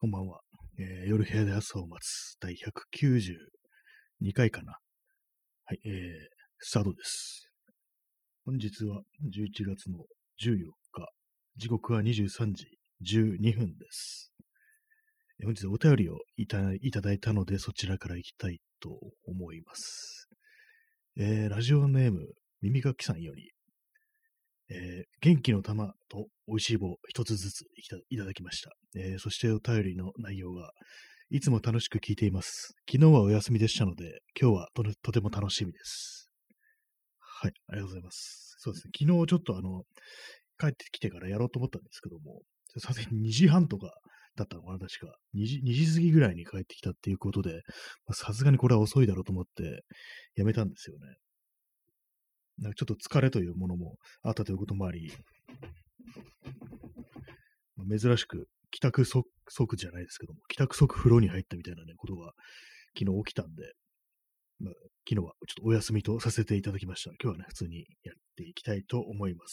こんばんは。夜部屋で朝を待つ第192回かな。はい、スタートです。本日は11月の14日。時刻は23時12分です。本日はお便りをいただいたので、そちらから行きたいと思います。ラジオネーム、耳かきさんより、元気の玉と美味しい棒一つずついただきました。そしてお便りの内容が、いつも楽しく聞いています。昨日はお休みでしたので、今日はとても楽しみです。はい、ありがとうございます。そうですね、昨日ちょっと帰ってきてからやろうと思ったんですけども、さすがに2時半とかだったのかな、確か。2時過ぎぐらいに帰ってきたっていうことで、さすがにこれは遅いだろうと思ってやめたんですよね。なんかちょっと疲れというものもあったということもあり、珍しく帰宅即じゃないですけども、帰宅即風呂に入ったみたいなね、ことが昨日起きたんで、昨日はちょっとお休みとさせていただきました。今日はね、普通にやっていきたいと思います。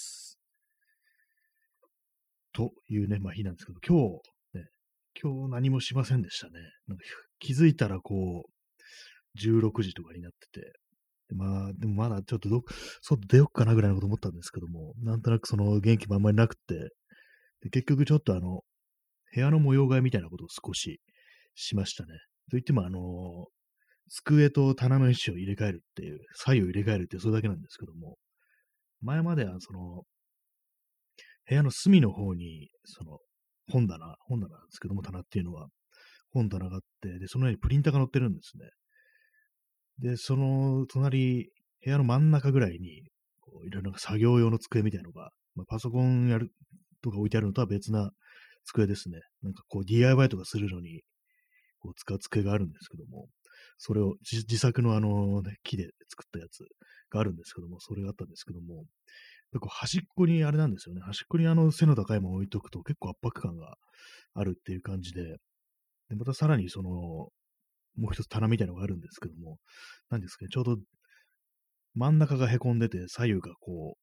というね、日なんですけど、今日何もしませんでしたね。なんか気づいたら16時とかになってて、でもまだちょっと外出よっかなぐらいのこと思ったんですけども、なんとなくその元気もあんまりなくって、で結局ちょっと部屋の模様替えみたいなことを少ししましたね。といっても机と棚の位置を入れ替えるっていう、左右入れ替えるってそれだけなんですけども、前までは部屋の隅の方に、本棚なんですけども、棚っていうのは、本棚があって、で、その上にプリンターが載ってるんですね。で、その隣、部屋の真ん中ぐらいに、いろいろ作業用の机みたいなのが、パソコンやるとか置いてあるのとは別な机ですね。なんかDIY とかするのに、使う机があるんですけども、それを自作の木で作ったやつがあるんですけども、それがあったんですけども、結構端っこにあれなんですよね。端っこに背の高いものを置いとくと結構圧迫感があるっていう感じで、で、またさらにもう一つ棚みたいなのがあるんですけども、なんですかね、ちょうど真ん中が凹んでて、左右が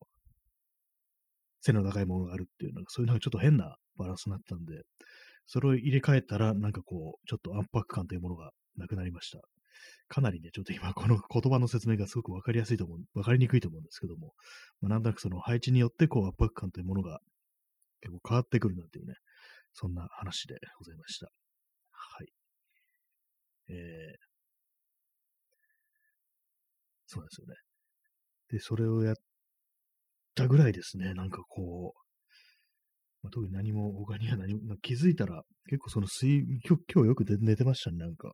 背の高いものがあるっていう、なんかそういうのがちょっと変なバランスになったんで、それを入れ替えたら、なんかちょっと圧迫感というものがなくなりました。かなりね、ちょっと今この言葉の説明がすごくわかりにくいと思うんですけども、なんとなくその配置によって圧迫感というものが結構変わってくるなっていうね、そんな話でございました。はい。えー、そうなんですよね。で、それをやったぐらいですね、なんか特に何も、他には何も、気づいたら、結構今日よく寝てましたね、なんか。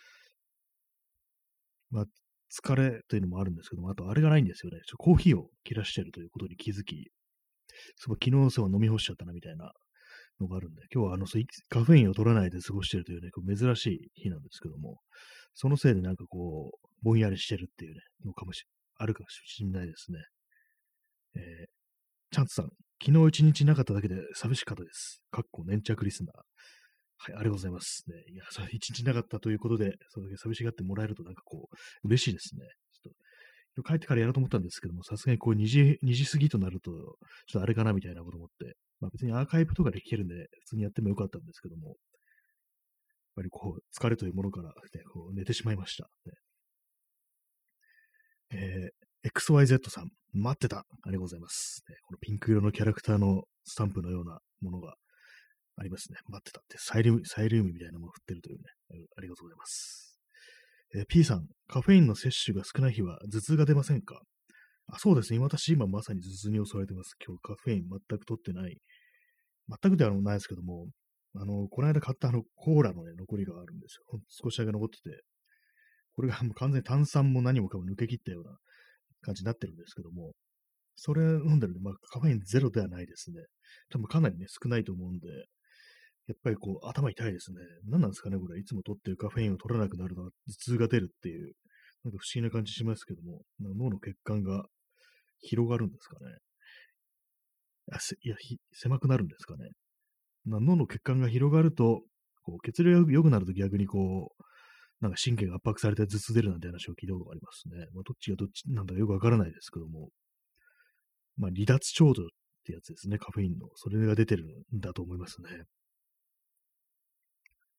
まあ、疲れというのもあるんですけども、あとあれがないんですよね。コーヒーを切らしてるということに気づき、昨日飲み干しちゃったなみたいなのがあるんで、今日はカフェインを取らないで過ごしているというね、珍しい日なんですけども、そのせいでなんかぼんやりしてるっていうね、あるかもしれないですね。えー、チャンツさん、昨日一日なかっただけで寂しかったです。かっこ粘着リスナー。はい、ありがとうございます。ね、いや、一日なかったということで、それだけ寂しがってもらえるとなんか嬉しいですね。ちょっと帰ってからやろうと思ったんですけども、さすがに2時過ぎとなると、ちょっとあれかなみたいなこと思って、別にアーカイブとかで聞けるんで、普通にやってもよかったんですけども、やっぱり疲れというものから、ね、寝てしまいました。ねXYZ さん、待ってた。ありがとうございます。ね、このピンク色のキャラクターのスタンプのようなものがありますね。待ってたって、サイリウムみたいなものを振ってるというね、ありがとうございます。P さん、カフェインの摂取が少ない日は頭痛が出ませんか？そうですね。私、今まさに頭痛に襲われてます。今日カフェイン全く取ってない。全くではないですけども、この間買ったコーラのね、残りがあるんですよ。ほんと少しだけ残ってて、これがもう完全に炭酸も何もかも抜け切ったような感じになってるんですけども、それ飲んでるんで、カフェインゼロではないですね。多分かなりね、少ないと思うんで、やっぱり頭痛いですね。何なんですかね、これ。いつも取ってるカフェインを取らなくなるのは頭痛が出るっていう、なんか不思議な感じしますけども、脳の血管が広がるんですかね。いや、狭くなるんですかね。脳の血管が広がると、血流が良くなると逆になんか神経が圧迫されて頭痛出るなんて話を聞いたことがありますね。どっちがどっちなんだかよくわからないですけども、離脱症状ってやつですね、カフェインの。それが出てるんだと思いますね。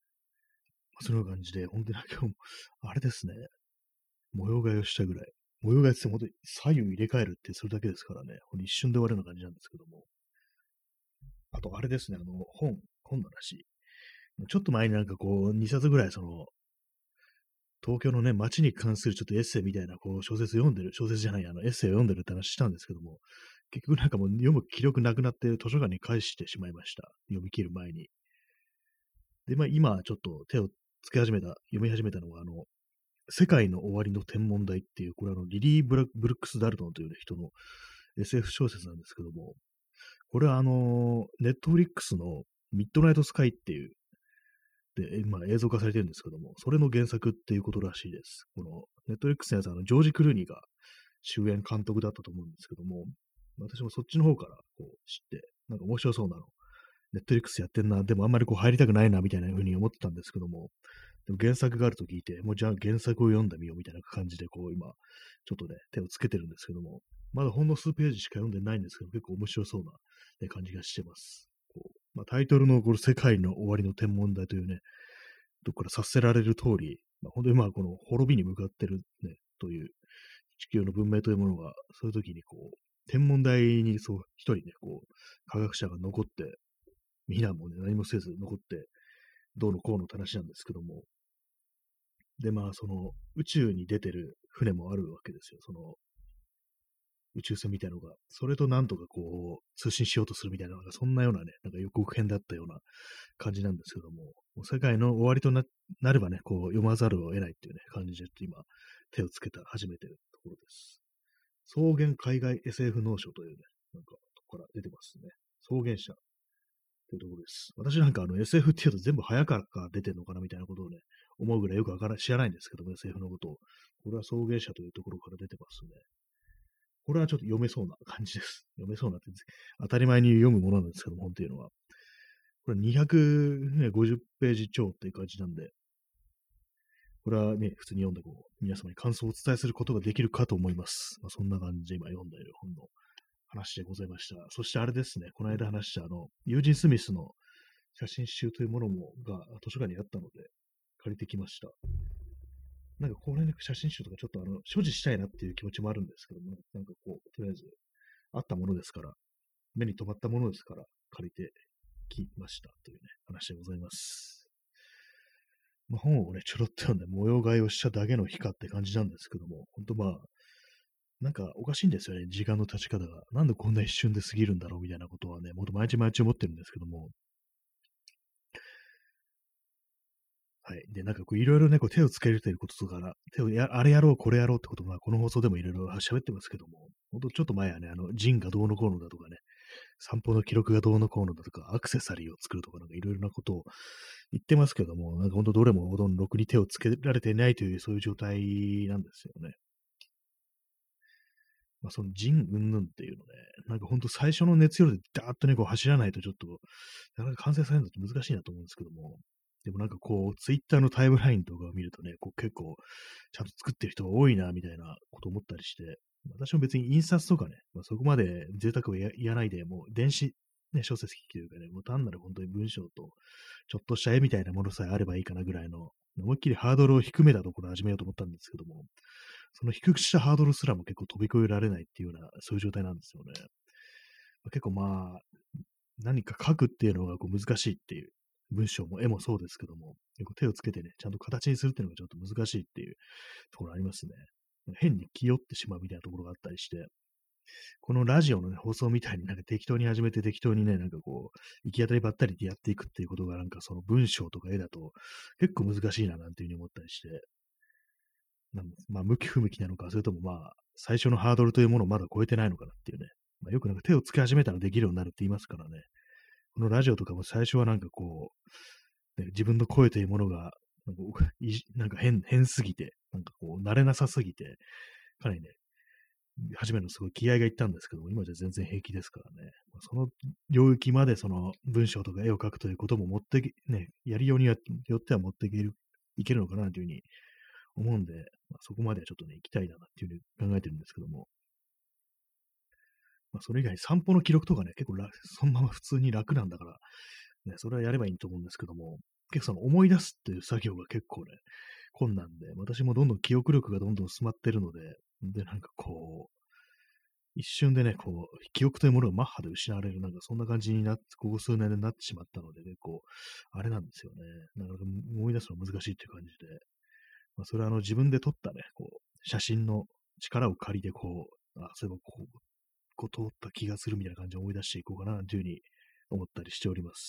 そのような感じで、本当になんかもう、あれですね、模様替えをしたぐらい。模様替えって本当に左右入れ替えるってそれだけですからね、ほんと一瞬で終わるような感じなんですけども。あとあれですね、本の話。ちょっと前になんかこう、2冊ぐらい東京のね、街に関するちょっとエッセイみたいな、こう、小説じゃない、エッセイを読んでるって話したんですけども、結局なんかもう読む気力なくなって図書館に返してしまいました。読み切る前に。で、まあ今ちょっと手をつけ始めた、読み始めたのが、世界の終わりの天文台っていう、これリリー・ブルックス・ダルトンという、ね、人の SF 小説なんですけども、これはネットフリックスのミッドナイトスカイっていう、で、まあ映像化されてるんですけども、それの原作っていうことらしいです。この、ネットフリックスのやつはジョージ・クルーニーが主演監督だったと思うんですけども、私もそっちの方からこう知って、なんか面白そうなの。ネットフリックスやってんな、でもあんまりこう入りたくないな、みたいな風に思ってたんですけども、でも原作があると聞いて、もうじゃあ原作を読んでみようみたいな感じで、こう今、ちょっとね、手をつけてるんですけども、まだほんの数ページしか読んでないんですけど、結構面白そうな、ね、感じがしてます。こうまあ、タイトルのこの世界の終わりの天文台というね、どこから察せられる通り、まあ、本当にまあこの滅びに向かってるね、という地球の文明というものが、そういう時にこう、天文台にそう一人ね、こう、科学者が残って、皆もね、何もせず残って、どうのこうのって話なんですけども、で、まあ、宇宙に出てる船もあるわけですよ。宇宙船みたいなのが。それとなんとかこう、通信しようとするみたいな、なんかそんなようなね、なんか予告編だったような感じなんですけども、もう世界の終わりとなればね、こう、読まざるを得ないっていうね、感じで、今、手をつけた、始めてるところです。草原海外 SF 農書というね、なんか、とこから出てますね。草原社というところです。私なんかSF っていうと全部早川から出てるのかなみたいなことをね、思うぐらいよくわから知らないんですけども、SF のことを。これは草原社というところから出てますね。これはちょっと読めそうな感じです。読めそうなって、当たり前に読むものなんですけども、本っていうのは。これ250ページ超っていう感じなんで、これはね、普通に読んでこう、皆様に感想をお伝えすることができるかと思います。まあ、そんな感じで今読んでいる本の話でございました。そしてあれですね、この間話したユージン・スミスの写真集というものが図書館にあったので、借りてきました。なんかこれね、写真集とかちょっと所持したいなっていう気持ちもあるんですけども、なんかこう、とりあえず、あったものですから、目に留まったものですから、借りてきましたというね、話でございます。まあ、本をね、ちょろっと読んで模様替えをしただけの日かって感じなんですけども、本当まあ、なんかおかしいんですよね、時間の経ち方が。なんでこんな一瞬で過ぎるんだろうみたいなことはね、もっと毎日毎日思ってるんですけども、はい。で、なんかこういろいろね、こう手をつけてることとか、あれやろう、これやろうってことも、この放送でもいろいろ喋ってますけども、ほんとちょっと前はね、ジンがどうのこうのだとかね、散歩の記録がどうのこうのだとか、アクセサリーを作るとか、なんかいろいろなことを言ってますけども、なんかほんとどれもほとんどろくに手をつけられていないという、そういう状態なんですよね。まあ、その人云々っていうのね、なんかほんと最初の熱量でダーッとね、こう走らないとちょっと、なかなか完成されるのって難しいなと思うんですけども、でもなんかこう、ツイッターのタイムラインとかを見るとね、こう結構、ちゃんと作ってる人が多いな、みたいなこと思ったりして、私も別に印刷とかね、まあ、そこまで贅沢をやらないで、もう電子、ね、小説というかね、もう単なる本当に文章と、ちょっとした絵みたいなものさえあればいいかなぐらいの、思いっきりハードルを低めたところ始めようと思ったんですけども、その低くしたハードルすらも結構飛び越えられないっていうような、そういう状態なんですよね。結構まあ、何か書くっていうのがこう難しいっていう、文章も絵もそうですけども、結構手をつけてね、ちゃんと形にするっていうのがちょっと難しいっていうところありますね。変に気負ってしまうみたいなところがあったりして、このラジオのね、放送みたいになんか適当に始めて適当にね、なんかこう、行き当たりばったりでやっていくっていうことがなんかその文章とか絵だと結構難しいななんていうふうに思ったりして、まあ、向き不向きなのか、それともまあ、最初のハードルというものをまだ超えてないのかなっていうね。まあ、よくなんか手をつけ始めたらできるようになるって言いますからね。このラジオとかも最初はなんかこう、ね、自分の声というものが、なんか変すぎて、なんかこう、慣れなさすぎて、かなりね、初めのすごい気合がいったんですけども、今じゃ全然平気ですからね。まあその領域までその文章とか絵を描くということもね、やりようによっては持っていけるのかなというふうに思うんで、まあ、そこまではちょっとね、行きたいなっていうふうに考えてるんですけども、まあ、それ以外に散歩の記録とかね、結構そのまま普通に楽なんだから、ね、それはやればいいと思うんですけども、 結構その思い出すっていう作業が結構ね、困難で、私もどんどん記憶力がどんどん薄まってるので、で、なんかこう、一瞬でね、こう、記憶というものがマッハで失われる、なんかそんな感じになって、ここ数年でなってしまったので、結構、あれなんですよね。なかなか思い出すの難しいっていう感じで、まあ、それは自分で撮ったね、こう、写真の力を借りて、こう、そういえばこう通った気がするみたいな感じで思い出していこうかな、というふうに思ったりしております。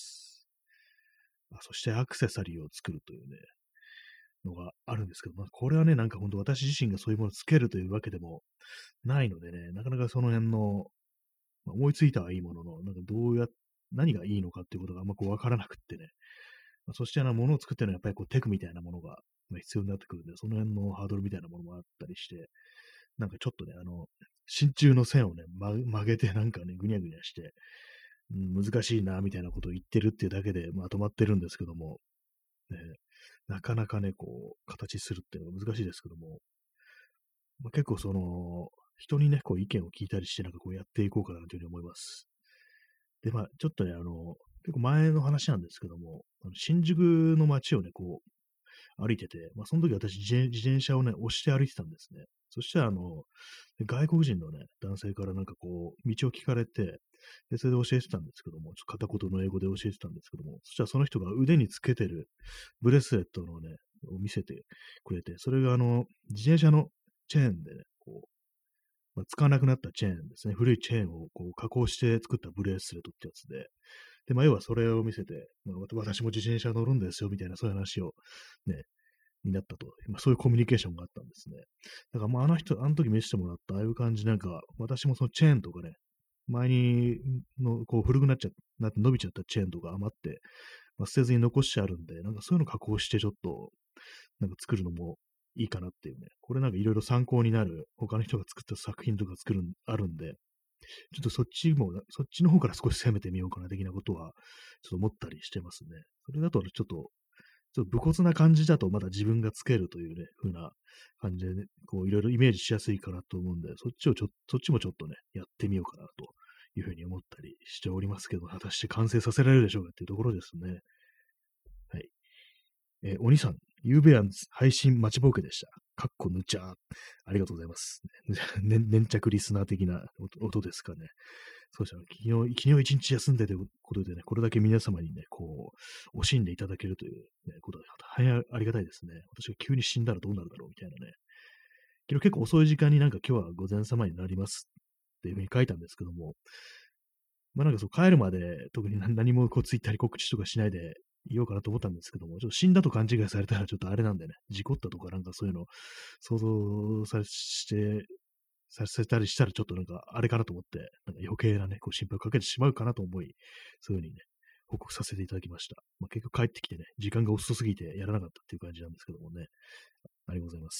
そしてアクセサリーを作るというね、のがあるんですけど、まあ、これはね、なんか本当私自身がそういうものをつけるというわけでもないのでね、なかなかその辺の、思いついたはいいものの、なんか何がいいのかっていうことがあんまこうわからなくってね、そして物を作ってるのはやっぱりこうテクみたいなものが必要になってくるんで、その辺のハードルみたいなものもあったりして、なんかちょっとね、真鍮の線をね、曲げてなんかね、ぐにゃぐにゃして、難しいな、みたいなことを言ってるっていうだけでまとまってるんですけども、ね、なかなかね、こう、形するっていうのが難しいですけども、結構人にね、こう意見を聞いたりして、なんかこうやっていこうかなというふうに思います。で、ちょっとね、結構前の話なんですけども、新宿の街をね、こう、歩いてて、その時私自転車をね、押して歩いてたんですね。そしたら、外国人のね、男性からなんかこう、道を聞かれて、で、それで教えてたんですけども、ちょっと片言の英語で教えてたんですけども、そしたらその人が腕につけてるブレスレットのね、を見せてくれて、それが自転車のチェーンでね、こう、使わなくなったチェーンですね。古いチェーンをこう加工して作ったブレスレットってやつで、で、要はそれを見せて、私も自転車乗るんですよ、みたいなそういう話をね、になったと。そういうコミュニケーションがあったんですね。だからあの時見せてもらった、ああいう感じなんか、私もそのチェーンとかね、前にこう古くなって伸びちゃったチェーンとか余って、捨てずに残してあるんで、なんかそういうの加工してちょっと、なんか作るのもいいかなっていうね。これなんかいろいろ参考になる、他の人が作った作品とかあるんで、ちょっとそっちの方から少し攻めてみようかな的なことは、ちょっと思ったりしてますね。それだとちょっと武骨な感じだとまだ自分がつけるというね、風な感じでね、こういろいろイメージしやすいかなと思うんで、そっちもちょっとね、やってみようかなというふうに思ったりしておりますけど、果たして完成させられるでしょうかっていうところですね。はい。お兄さん、ゆうべは配信待ちぼうけでした。かっこぬちゃー。ありがとうございます。粘着リスナー的な音ですかね。そうですね。昨日一日休んでということでね、これだけ皆様にね、こう、惜しんでいただけるという、ね、ことは大変ありがたいですね。私が急に死んだらどうなるだろうみたいなね。けど結構遅い時間になんか今日は午前様になりますっていうふうに書いたんですけども、なんかそう帰るまで特に何もこうツイッターに告知とかしないでいようかなと思ったんですけども、ちょっと死んだと勘違いされたらちょっとあれなんでね、事故ったとかなんかそういうの想像させたりしたらちょっとなんかあれかなと思って、なんか余計なね、こう心配をかけてしまうかなと思い、そういうふうにね、報告させていただきました。結局帰ってきてね、時間が遅すぎてやらなかったっていう感じなんですけどもね、ありがとうございます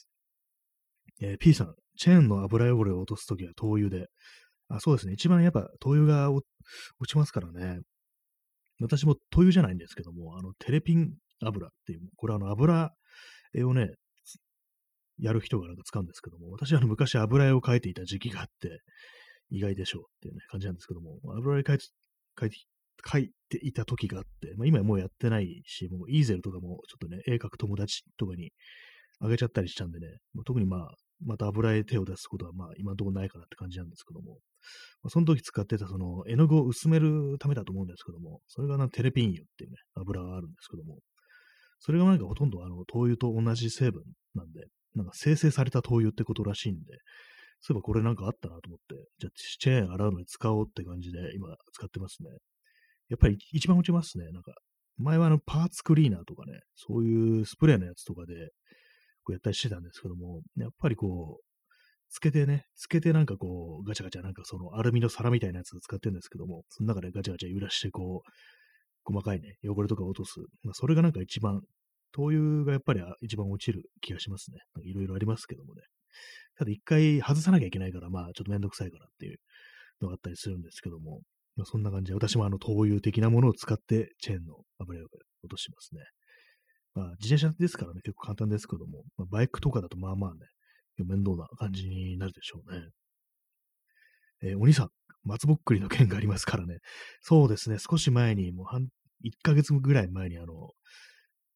。P さん、チェーンの油汚れを落とすときは灯油で、そうですね。一番やっぱ灯油が落ちますからね。私も灯油じゃないんですけども、テレピン油っていう、これ油絵をね、やる人がなんか使うんですけども、私は昔油絵を描いていた時期があって、意外でしょうっていうね、感じなんですけども、油絵描いて描いていた時があって、今はもうやってないし、もうイーゼルとかもちょっとね、絵描く友達とかにあげちゃったりしたんでね、もう特にまた油絵手を出すことは今のところないかなって感じなんですけども、その時使ってたその絵の具を薄めるためだと思うんですけども、それがテレピン油っていうね、油があるんですけども、それがなんかほとんど灯油と同じ成分なんで、なんか生成された灯油ってことらしいんで、そういえばこれなんかあったなと思って、じゃあチェーン洗うのに使おうって感じで今使ってますね。やっぱり一番落ちますね。なんか、前はパーツクリーナーとかね、そういうスプレーのやつとかでこうやったりしてたんですけども、やっぱりこう、つけてなんかこう、ガチャガチャなんかそのアルミの皿みたいなやつを使ってるんですけども、その中でガチャガチャ揺らしてこう、細かいね、汚れとかを落とす。それがなんか一番、灯油がやっぱり一番落ちる気がしますね。いろいろありますけどもね。ただ一回外さなきゃいけないから、ちょっとめんどくさいからっていうのがあったりするんですけども、そんな感じで、私も灯油的なものを使ってチェーンの油を落としますね。自転車ですからね、結構簡単ですけども、バイクとかだとね、面倒な感じになるでしょうね。お兄さん、松ぼっくりの件がありますからね。そうですね、少し前に、1ヶ月ぐらい前に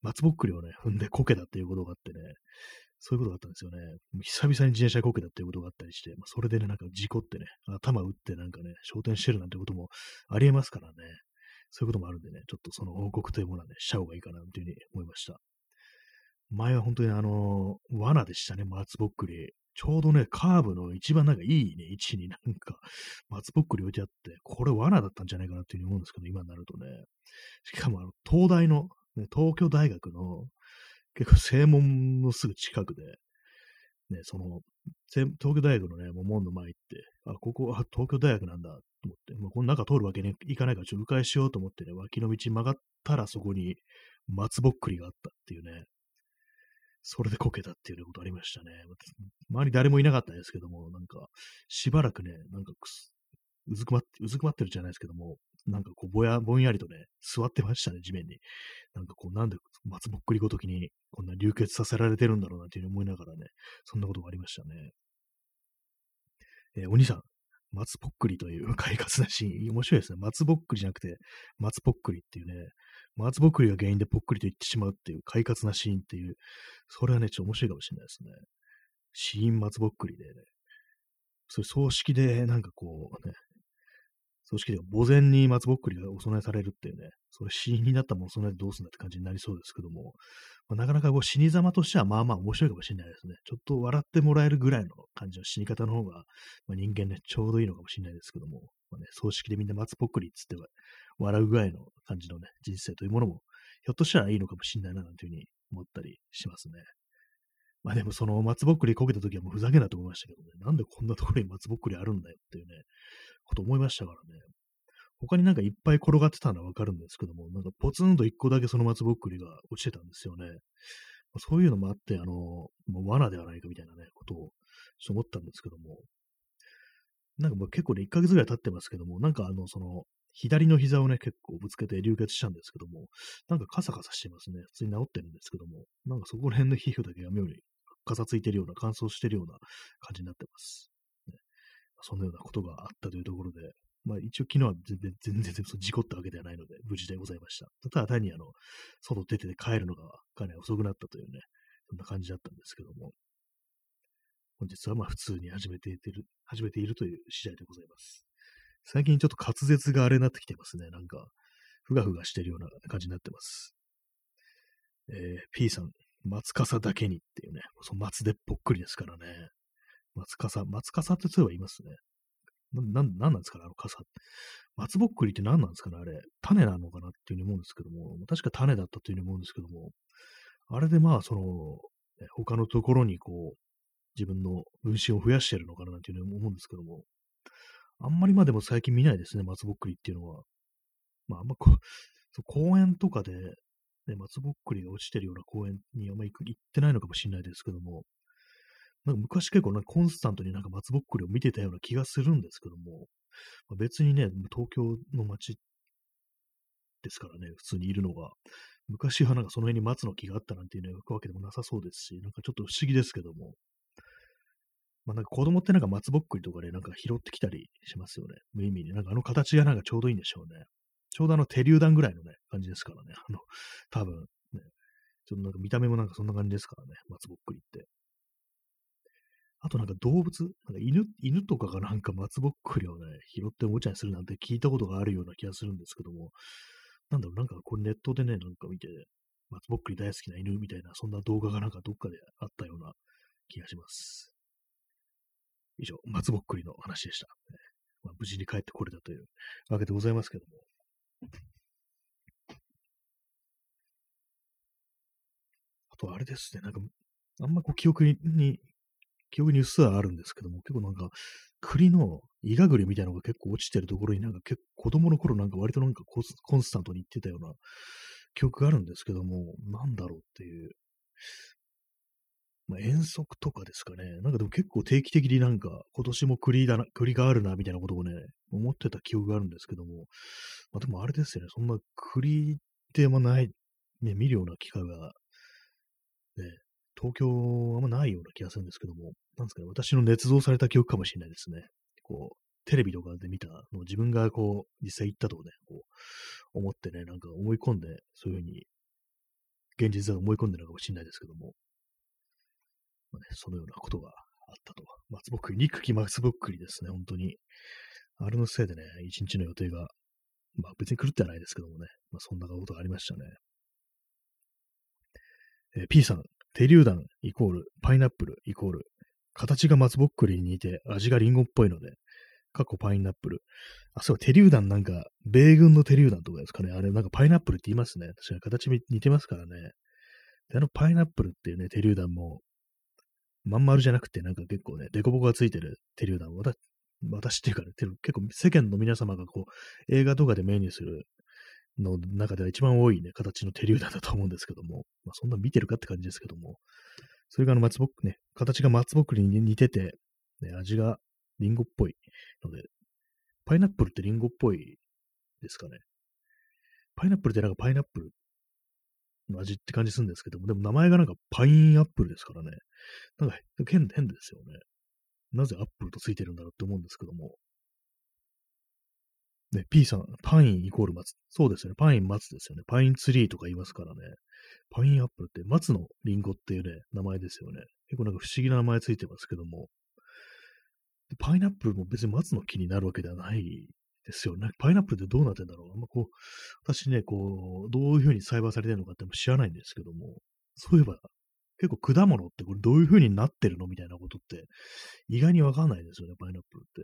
松ぼっくりをね、踏んでこけたっていうことがあってね、そういうことがあったんですよね。久々に自転車こけたっていうことがあったりして、それでね、なんか事故ってね、頭打ってなんかね、昇天してるなんてこともありえますからね。そういうこともあるんでね、ちょっとその報告というものはね、した方がいいかなというふうに思いました。前は本当に罠でしたね、松ぼっくり。ちょうどね、カーブの一番なんかいいね、位置になんか、松ぼっくり置いてあって、これ罠だったんじゃないかなっていうふうに思うんですけど、今になるとね。しかも東大の、ね、東京大学の結構正門のすぐ近くで、ね、東京大学のね、もう門の前行って、ここは東京大学なんだと思って、この中通るわけにいかないから、ちょっと迂回しようと思ってね、脇の道曲がったらそこに松ぼっくりがあったっていうね、それでこけたっていうことありましたね。周り誰もいなかったですけども、なんか、しばらくね、なんかうずくまってるじゃないですけども、なんかこう、ぼんやりとね、座ってましたね、地面に。なんかこう、なんで松ぼっくりごときにこんな流血させられてるんだろうなっていうふうに思いながらね、そんなことがありましたね。お兄さん、松ぼっくりという快活なシーン、面白いですね。松ぼっくりじゃなくて、松ぼっくりっていうね、松ぼっくりが原因でぽっくりと言ってしまうっていう快活なシーンっていう、それはね、ちょっと面白いかもしれないですね。死因松ぼっくりでね、それ葬式でなんかこうね、葬式では墓前に松ぼっくりがお供えされるっていうね、それ死因になったものを備えてどうすんだって感じになりそうですけども、なかなかこう死に様としてはまあまあ面白いかもしれないですね。ちょっと笑ってもらえるぐらいの感じの死に方の方が、人間ね、ちょうどいいのかもしれないですけども、葬式でみんな松ぼっくりっつっては笑うぐらいの感じのね、人生というものも、ひょっとしたらいいのかもしれないななんていうふうに思ったりしますね。でもその松ぼっくりこけた時はもうふざけんなと思いましたけどね、なんでこんなところに松ぼっくりあるんだよっていうね、こと思いましたからね。他になんかいっぱい転がってたのはわかるんですけども、なんかポツンと一個だけその松ぼっくりが落ちてたんですよね。そういうのもあって、もう罠ではないかみたいなね、ことをちょっと思ったんですけども、なんかもう結構ね、1ヶ月ぐらい経ってますけども、なんか左の膝をね、結構ぶつけて流血したんですけども、なんかカサカサしてますね。普通に治ってるんですけども、なんかそこら辺の皮膚だけが妙にかさついてるような、乾燥してるような感じになってます。ね、そんなようなことがあったというところで、一応昨日は全然その事故ったわけではないので、無事でございました。ただ単に外出て帰るのがかなり遅くなったというね、そんな感じだったんですけども、本日は普通に始めているという次第でございます。最近ちょっと滑舌があれになってきてますね。なんか、ふがふがしてるような感じになってます。P さん、松笠だけにっていうね、その松でっぽっくりですからね。松笠ってそういえば言いますね。なんですかね、あの傘。松ぼっくりって何なんですかね、あれ。種なのかなっていうふうに思うんですけども、確か種だったというふうに思うんですけども、あれで他のところにこう、自分の分身を増やしてるのかななんていうふうに思うんですけども、あんまりでも最近見ないですね、松ぼっくりっていうのは。あんま公園とかで、ね、松ぼっくりが落ちてるような公園にあんま行ってないのかもしれないですけども、なんか昔結構コンスタントになんか松ぼっくりを見てたような気がするんですけども、別にね、東京の街ですからね、普通にいるのが。昔はなんかその辺に松の木があったなんていうね、わけでもなさそうですし、なんかちょっと不思議ですけども、なんか子供ってなんか松ぼっくりとかでなんか拾ってきたりしますよね。無意味に。なんかあの形がなんかちょうどいいんでしょうね。ちょうど手榴弾ぐらいのね、感じですからね。多分、ね、ちょっとなんか見た目もなんかそんな感じですからね、松ぼっくりって。あとなんか動物、なんか犬とかがなんか松ぼっくりをね、拾っておもちゃにするなんて聞いたことがあるような気がするんですけども、なんかこれネットでね、なんか見て、松ぼっくり大好きな犬みたいな、そんな動画がなんかどっかであったような気がします。以上、松ぼっくりの話でした。無事に帰ってこれたというわけでございますけども。あとあれですね、なんか、あんまこう記憶にうっすらあるんですけども、結構なんか、栗のイガグリみたいなのが結構落ちてるところになんか子供の頃なんか割となんかコンスタントに行ってたような記憶があるんですけども、なんだろうっていう、遠足とかですかね。なんかでも結構定期的になんか今年も栗があるなみたいなことをね、思ってた記憶があるんですけども、でもあれですよね、そんな栗ってない、ね、見るような機会がね、東京はあんまないような気がするんですけども、なんですかね、私の捏造された記憶かもしれないですね。テレビとかで見たのを自分が実際行ったとね、思ってね、なんか思い込んで、そういうふうに現実だと思い込んでるのかもしれないですけども、まあね、そのようなことがあったと。松ぼっくり、憎き松ぼっくりですね、本当に。あれのせいでね、一日の予定が、まあ別に狂ってはないですけどもね、まあそんなことがありましたね。P さん、手榴弾イコール、パイナップルイコール、形が松ぼっくりに似て味がリンゴっぽいので、過去パイナップル。あ、そう、手榴弾なんか、米軍の手榴弾とかですかね。あれ、なんかパイナップルって言いますね。確かに形似てますからね。でパイナップルっていうね、手榴弾も、まん丸じゃなくて、なんか結構ね、デコボコがついてる手榴弾、私っていうかね、結構世間の皆様がこう、映画とかで目にするの中では一番多いね、形の手榴弾だと思うんですけども、まあ、そんな見てるかって感じですけども、それが松ぼっくね、形が松ぼっくりに似てて、ね、味がリンゴっぽいので、パイナップルってリンゴっぽいですかね。パイナップルってなんかパイナップルの味って感じするんですけども、でも名前がなんかパインアップルですからね。なんか変ですよね。なぜアップルとついてるんだろうって思うんですけども。ね、P さん、パインイコール松。そうですよね。パイン松ですよね。パインツリーとか言いますからね。パインアップルって松のリンゴっていうね、名前ですよね。結構なんか不思議な名前ついてますけども。パイナップルも別に松の木になるわけではないですよね。パイナップルってどうなってんだろう。あんまこう、私ね、こう、どういうふうに栽培されてるのかって知らないんですけども、そういえば、結構果物ってこれどういうふうになってるのみたいなことって意外にわかんないですよね、パイナップルって。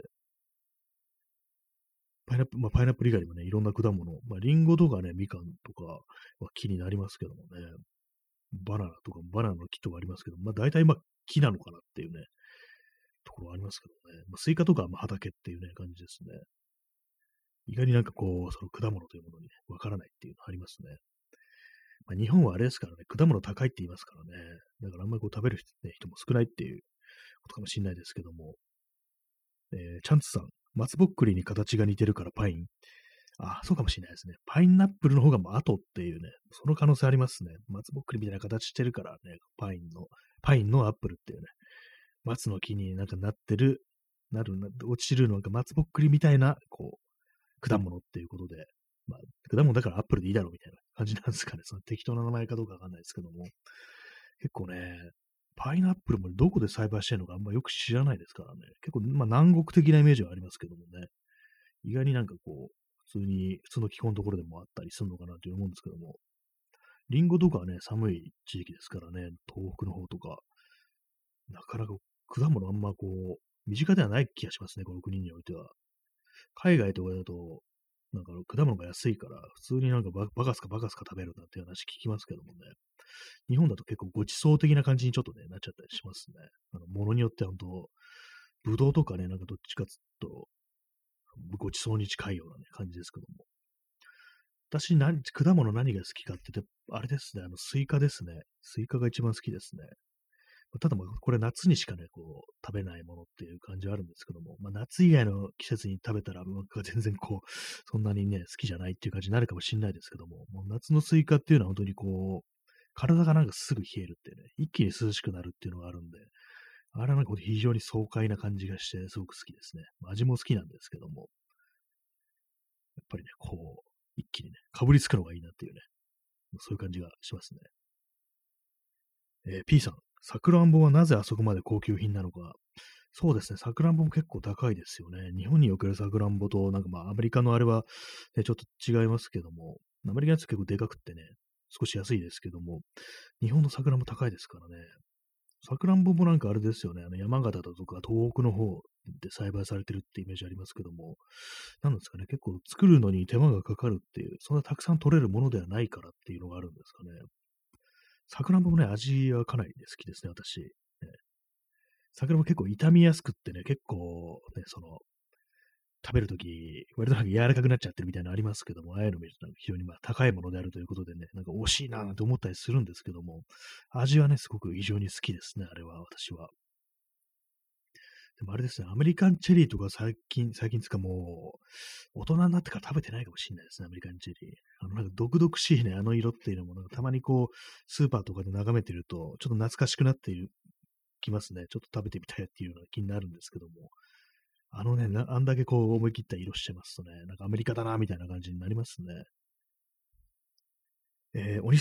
パイナップル以外にもね、いろんな果物、まあ、リンゴとかね、みかんとかは木になりますけどもね、バナナの木とかありますけど、まあ、大体木なのかなっていうね、ところはありますけどね、まあ、スイカとかは畑っていうね、感じですね。意外になんかこう、その果物というものにね、わからないっていうのありますね。まあ、日本はあれですからね、果物高いって言いますからね、だからあんまりこう食べる人も少ないっていうことかもしれないですけども、チャンツさん、松ぼっくりに形が似てるからパイン。あ、そうかもしれないですね。パイナップルの方が後っていうね、その可能性ありますね。松ぼっくりみたいな形してるからね、パインのアップルっていうね、松の木になんかなってる、落ちるのが松ぼっくりみたいな、こう、果物っていうことで、まあ、果物だからアップルでいいだろうみたいな感じなんですかね。その適当な名前かどうかわかんないですけども。結構ね、パイナップルもどこで栽培してるのかあんまよく知らないですからね。結構、まあ南国的なイメージはありますけどもね。意外になんかこう、普通の気候のところでもあったりするのかなと思うんですけども、リンゴとかはね、寒い地域ですからね、東北の方とか、なかなか果物あんまこう、身近ではない気がしますね、この国においては。海外とかだと、なんか果物が安いから、普通になんかバカスカ食べるなんていう話聞きますけどもね。日本だと結構ごちそう的な感じにちょっとね、なっちゃったりしますね。ものによっては本当、ぶどうとかね、なんかどっちかっつうと、ごちそうに近いようなね、感じですけども。果物何が好きかって言って、あれですね、スイカですね。スイカが一番好きですね。ただこれ夏にしかね、こう、食べないものっていう感じはあるんですけども、まあ、夏以外の季節に食べたら、僕は全然こう、そんなにね、好きじゃないっていう感じになるかもしれないですけども、もう夏のスイカっていうのは本当にこう、体がなんかすぐ冷えるっていうね、一気に涼しくなるっていうのがあるんで、あれはなんか非常に爽快な感じがして、すごく好きですね。味も好きなんですけども、やっぱりね、こう、一気にね、かぶりつくのがいいなっていうね、そういう感じがしますね。P さん、さくらんぼはなぜあそこまで高級品なのか。そうですね、さくらんぼも結構高いですよね。日本におけるさくらんぼと、なんかアメリカのあれは、ね、ちょっと違いますけども、アメリカのやつ結構でかくってね、少し安いですけども、日本のさくらんぼ高いですからね。さくらんぼもなんかあれですよね、山形だとか東北の方で栽培されてるってイメージありますけども、なんですかね、結構作るのに手間がかかるっていう、そんなたくさん取れるものではないからっていうのがあるんですかね。さくらんぼもね、味はかなりね、好きですね、私。ね、さくらんぼ結構傷みやすくってね、結構ね、食べるとき、割となんか柔らかくなっちゃってるみたいなのありますけども、ああいうの見るとなんか非常に高いものであるということでね、なんか惜しいななんて思ったりするんですけども、味はね、すごく非常に好きですね、あれは、私は。でもあれですね、アメリカンチェリーとか最近つかもう、大人になってから食べてないかもしれないですね、アメリカンチェリー。なんか毒々しいね、あの色っていうのも、なんかたまにこう、スーパーとかで眺めてると、ちょっと懐かしくなってきますね。ちょっと食べてみたいっていうような気になるんですけども。あんだけこう思い切った色してますとね、なんかアメリカだな、みたいな感じになりますね。お兄さん、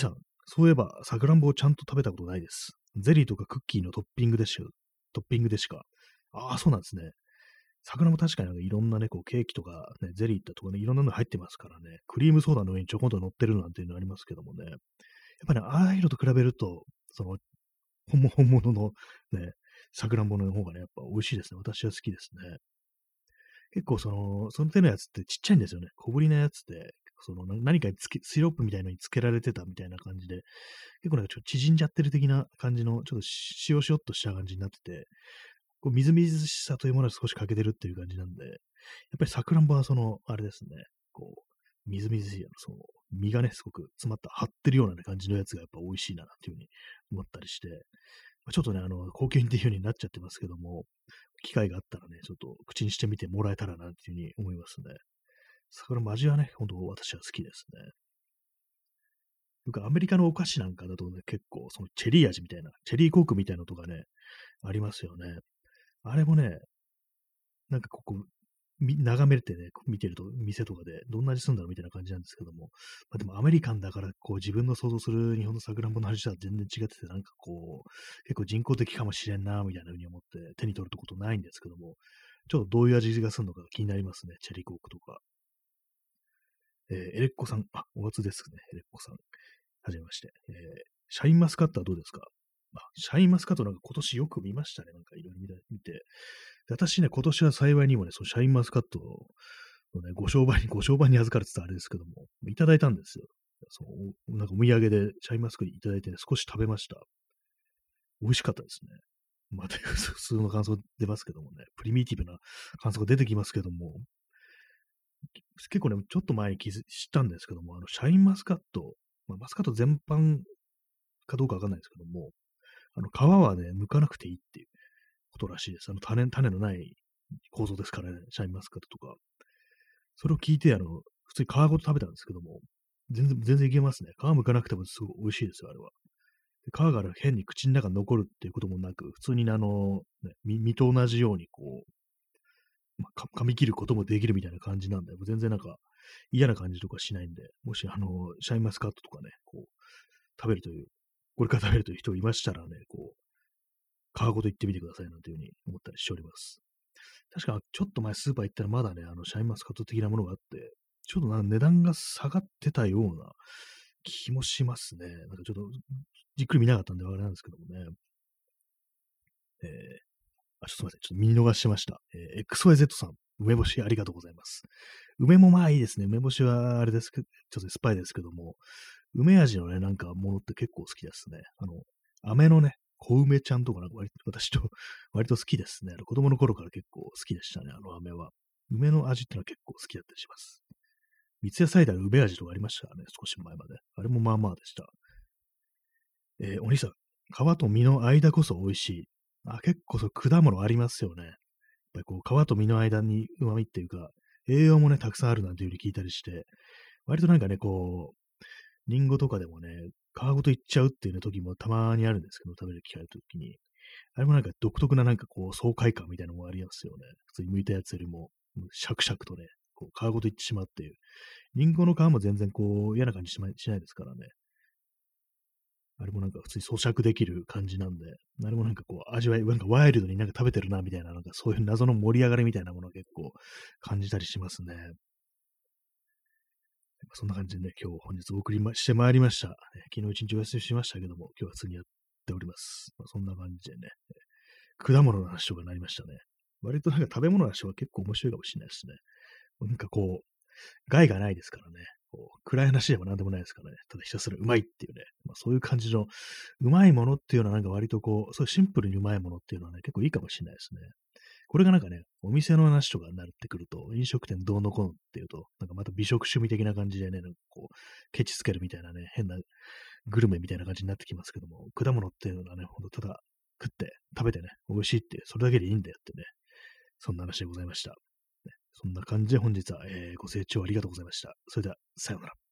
そういえば、さくらんぼをちゃんと食べたことないです。ゼリーとかクッキーのトッピングでしか。ああ、そうなんですね。さくらんぼ確かにいろんなね、こうケーキとか、ね、ゼリーだとかね、いろんなの入ってますからね、クリームソーダの上にちょこんと乗ってるなんていうのありますけどもね、やっぱりね、ああいうのと比べると、その、本物のね、さくらんぼの方がね、やっぱ美味しいですね。私は好きですね。結構その手のやつってちっちゃいんですよね。小ぶりなやつで、何かにシロップみたいのにつけられてたみたいな感じで、結構なんかちょっと縮んじゃってる的な感じの、ちょっとしおっとした感じになってて、こうみずみずしさというものが少し欠けてるっていう感じなんで、やっぱりさくらんぼはあれですね、こう、みずみずしい、実がね、すごく詰まった張ってるような、ね、感じのやつがやっぱ美味しいな、っていうふうに思ったりして、まあ、ちょっとね、高級品っていう風になっちゃってますけども、機会があったらね、ちょっと口にしてみてもらえたらな、っていう風に思いますね。桜も味はね、ほんと私は好きですね。僕アメリカのお菓子なんかだとね、結構、そのチェリー味みたいな、チェリーコークみたいなのとかね、ありますよね。あれもね、なんか眺めてね、見てると、店とかで、どんな味するんだろうみたいな感じなんですけども、まあ、でもアメリカンだから、こう自分の想像する日本のさくらんぼの味とは全然違ってて、なんかこう、結構人工的かもしれんな、みたいな風に思って手に取ることないんですけども、ちょっとどういう味がするのか気になりますね、チェリーコークとか。エレッコさん、あ、お初ですね、エレッコさん。はじめまして。シャインマスカットはどうですか？シャインマスカットなんか今年よく見ましたね。なんかいろいろ見て。で私ね、今年は幸いにもね、シャインマスカットのね、ご商売に預かるって言ったらあれですけども、いただいたんですよ。なんかお土産でシャインマスカットいただいてね、少し食べました。美味しかったですね。また普通の感想出ますけどもね、プリミティブな感想が出てきますけども、結構ね、ちょっと前に知ったんですけども、シャインマスカット、マスカット全般かどうかわかんないですけども、皮はね、剥かなくていいっていうことらしいです。種のない構造ですからね、シャインマスカットとか。それを聞いて、普通に皮ごと食べたんですけども、全然いけますね。皮剥かなくてもすごい美味しいですよ、あれは。で皮が変に口の中に残るっていうこともなく、普通に実と同じように噛み切ることもできるみたいな感じなんで、全然なんか嫌な感じとかしないんで、もしシャインマスカットとかね、食べるという、これから食べるという人いましたらね、皮ごと行ってみてくださいなんていうふうに思ったりしております。確か、ちょっと前スーパー行ったらまだね、シャインマスカット的なものがあって、ちょっと値段が下がってたような気もしますね。なんかちょっと、じっくり見なかったんであれなんですけどもね。えーちょっとすみません。ちょっと見逃してました。XYZ さん、梅干しありがとうございます。梅もまあいいですね。梅干しはあれですけど、ちょっとスパイですけども、梅味のね、なんかものって結構好きですね。飴のね、小梅ちゃんとかなんか割と好きですね。子供の頃から結構好きでしたね、あの飴は。梅の味ってのは結構好きだったりします。三ツ矢サイダーの梅味とかありましたからね、少し前まで。あれもまあまあでした。お兄さん、皮と実の間こそ美味しい。結構そう果物ありますよね。やっぱり皮と実の間に旨味っていうか、栄養もね、たくさんあるなんていう風に聞いたりして、割となんかね、リンゴとかでもね、皮ごといっちゃうっていうね、時もたまにあるんですけど、食べる機会の時に。あれもなんか独特ななんか爽快感みたいなのもありますよね。普通に剥いたやつよりも、シャクシャクとね、皮ごといってしまうっていう。リンゴの皮も全然嫌な感じしないですからね。あれもなんか普通に咀嚼できる感じなんで、あれもなんか味わい、なんかワイルドになんか食べてるなみたいな、なんかそういう謎の盛り上がりみたいなものを結構感じたりしますね。そんな感じでね、本日お送りしてまいりました。昨日一日お休みしましたけども、今日は普通にやっております。そんな感じでね、果物の話とかになりましたね。割となんか食べ物の話は結構面白いかもしれないですね。なんか害がないですからね。暗い話でも何でもないですからね。ただひたすらうまいっていうね。そういう感じの、うまいものっていうのはなんか割とそういうシンプルにうまいものっていうのはね、結構いいかもしれないですね。これがなんかね、お店の話とかになってくると、飲食店どうのこうのっていうと、なんかまた美食趣味的な感じでね、なんかケチつけるみたいなね、変なグルメみたいな感じになってきますけども、果物っていうのはね、ほんとただ食って、食べてね、美味しいって、それだけでいいんだよってね、そんな話でございました。そんな感じで本日は、ご清聴ありがとうございました。それでは、さようなら。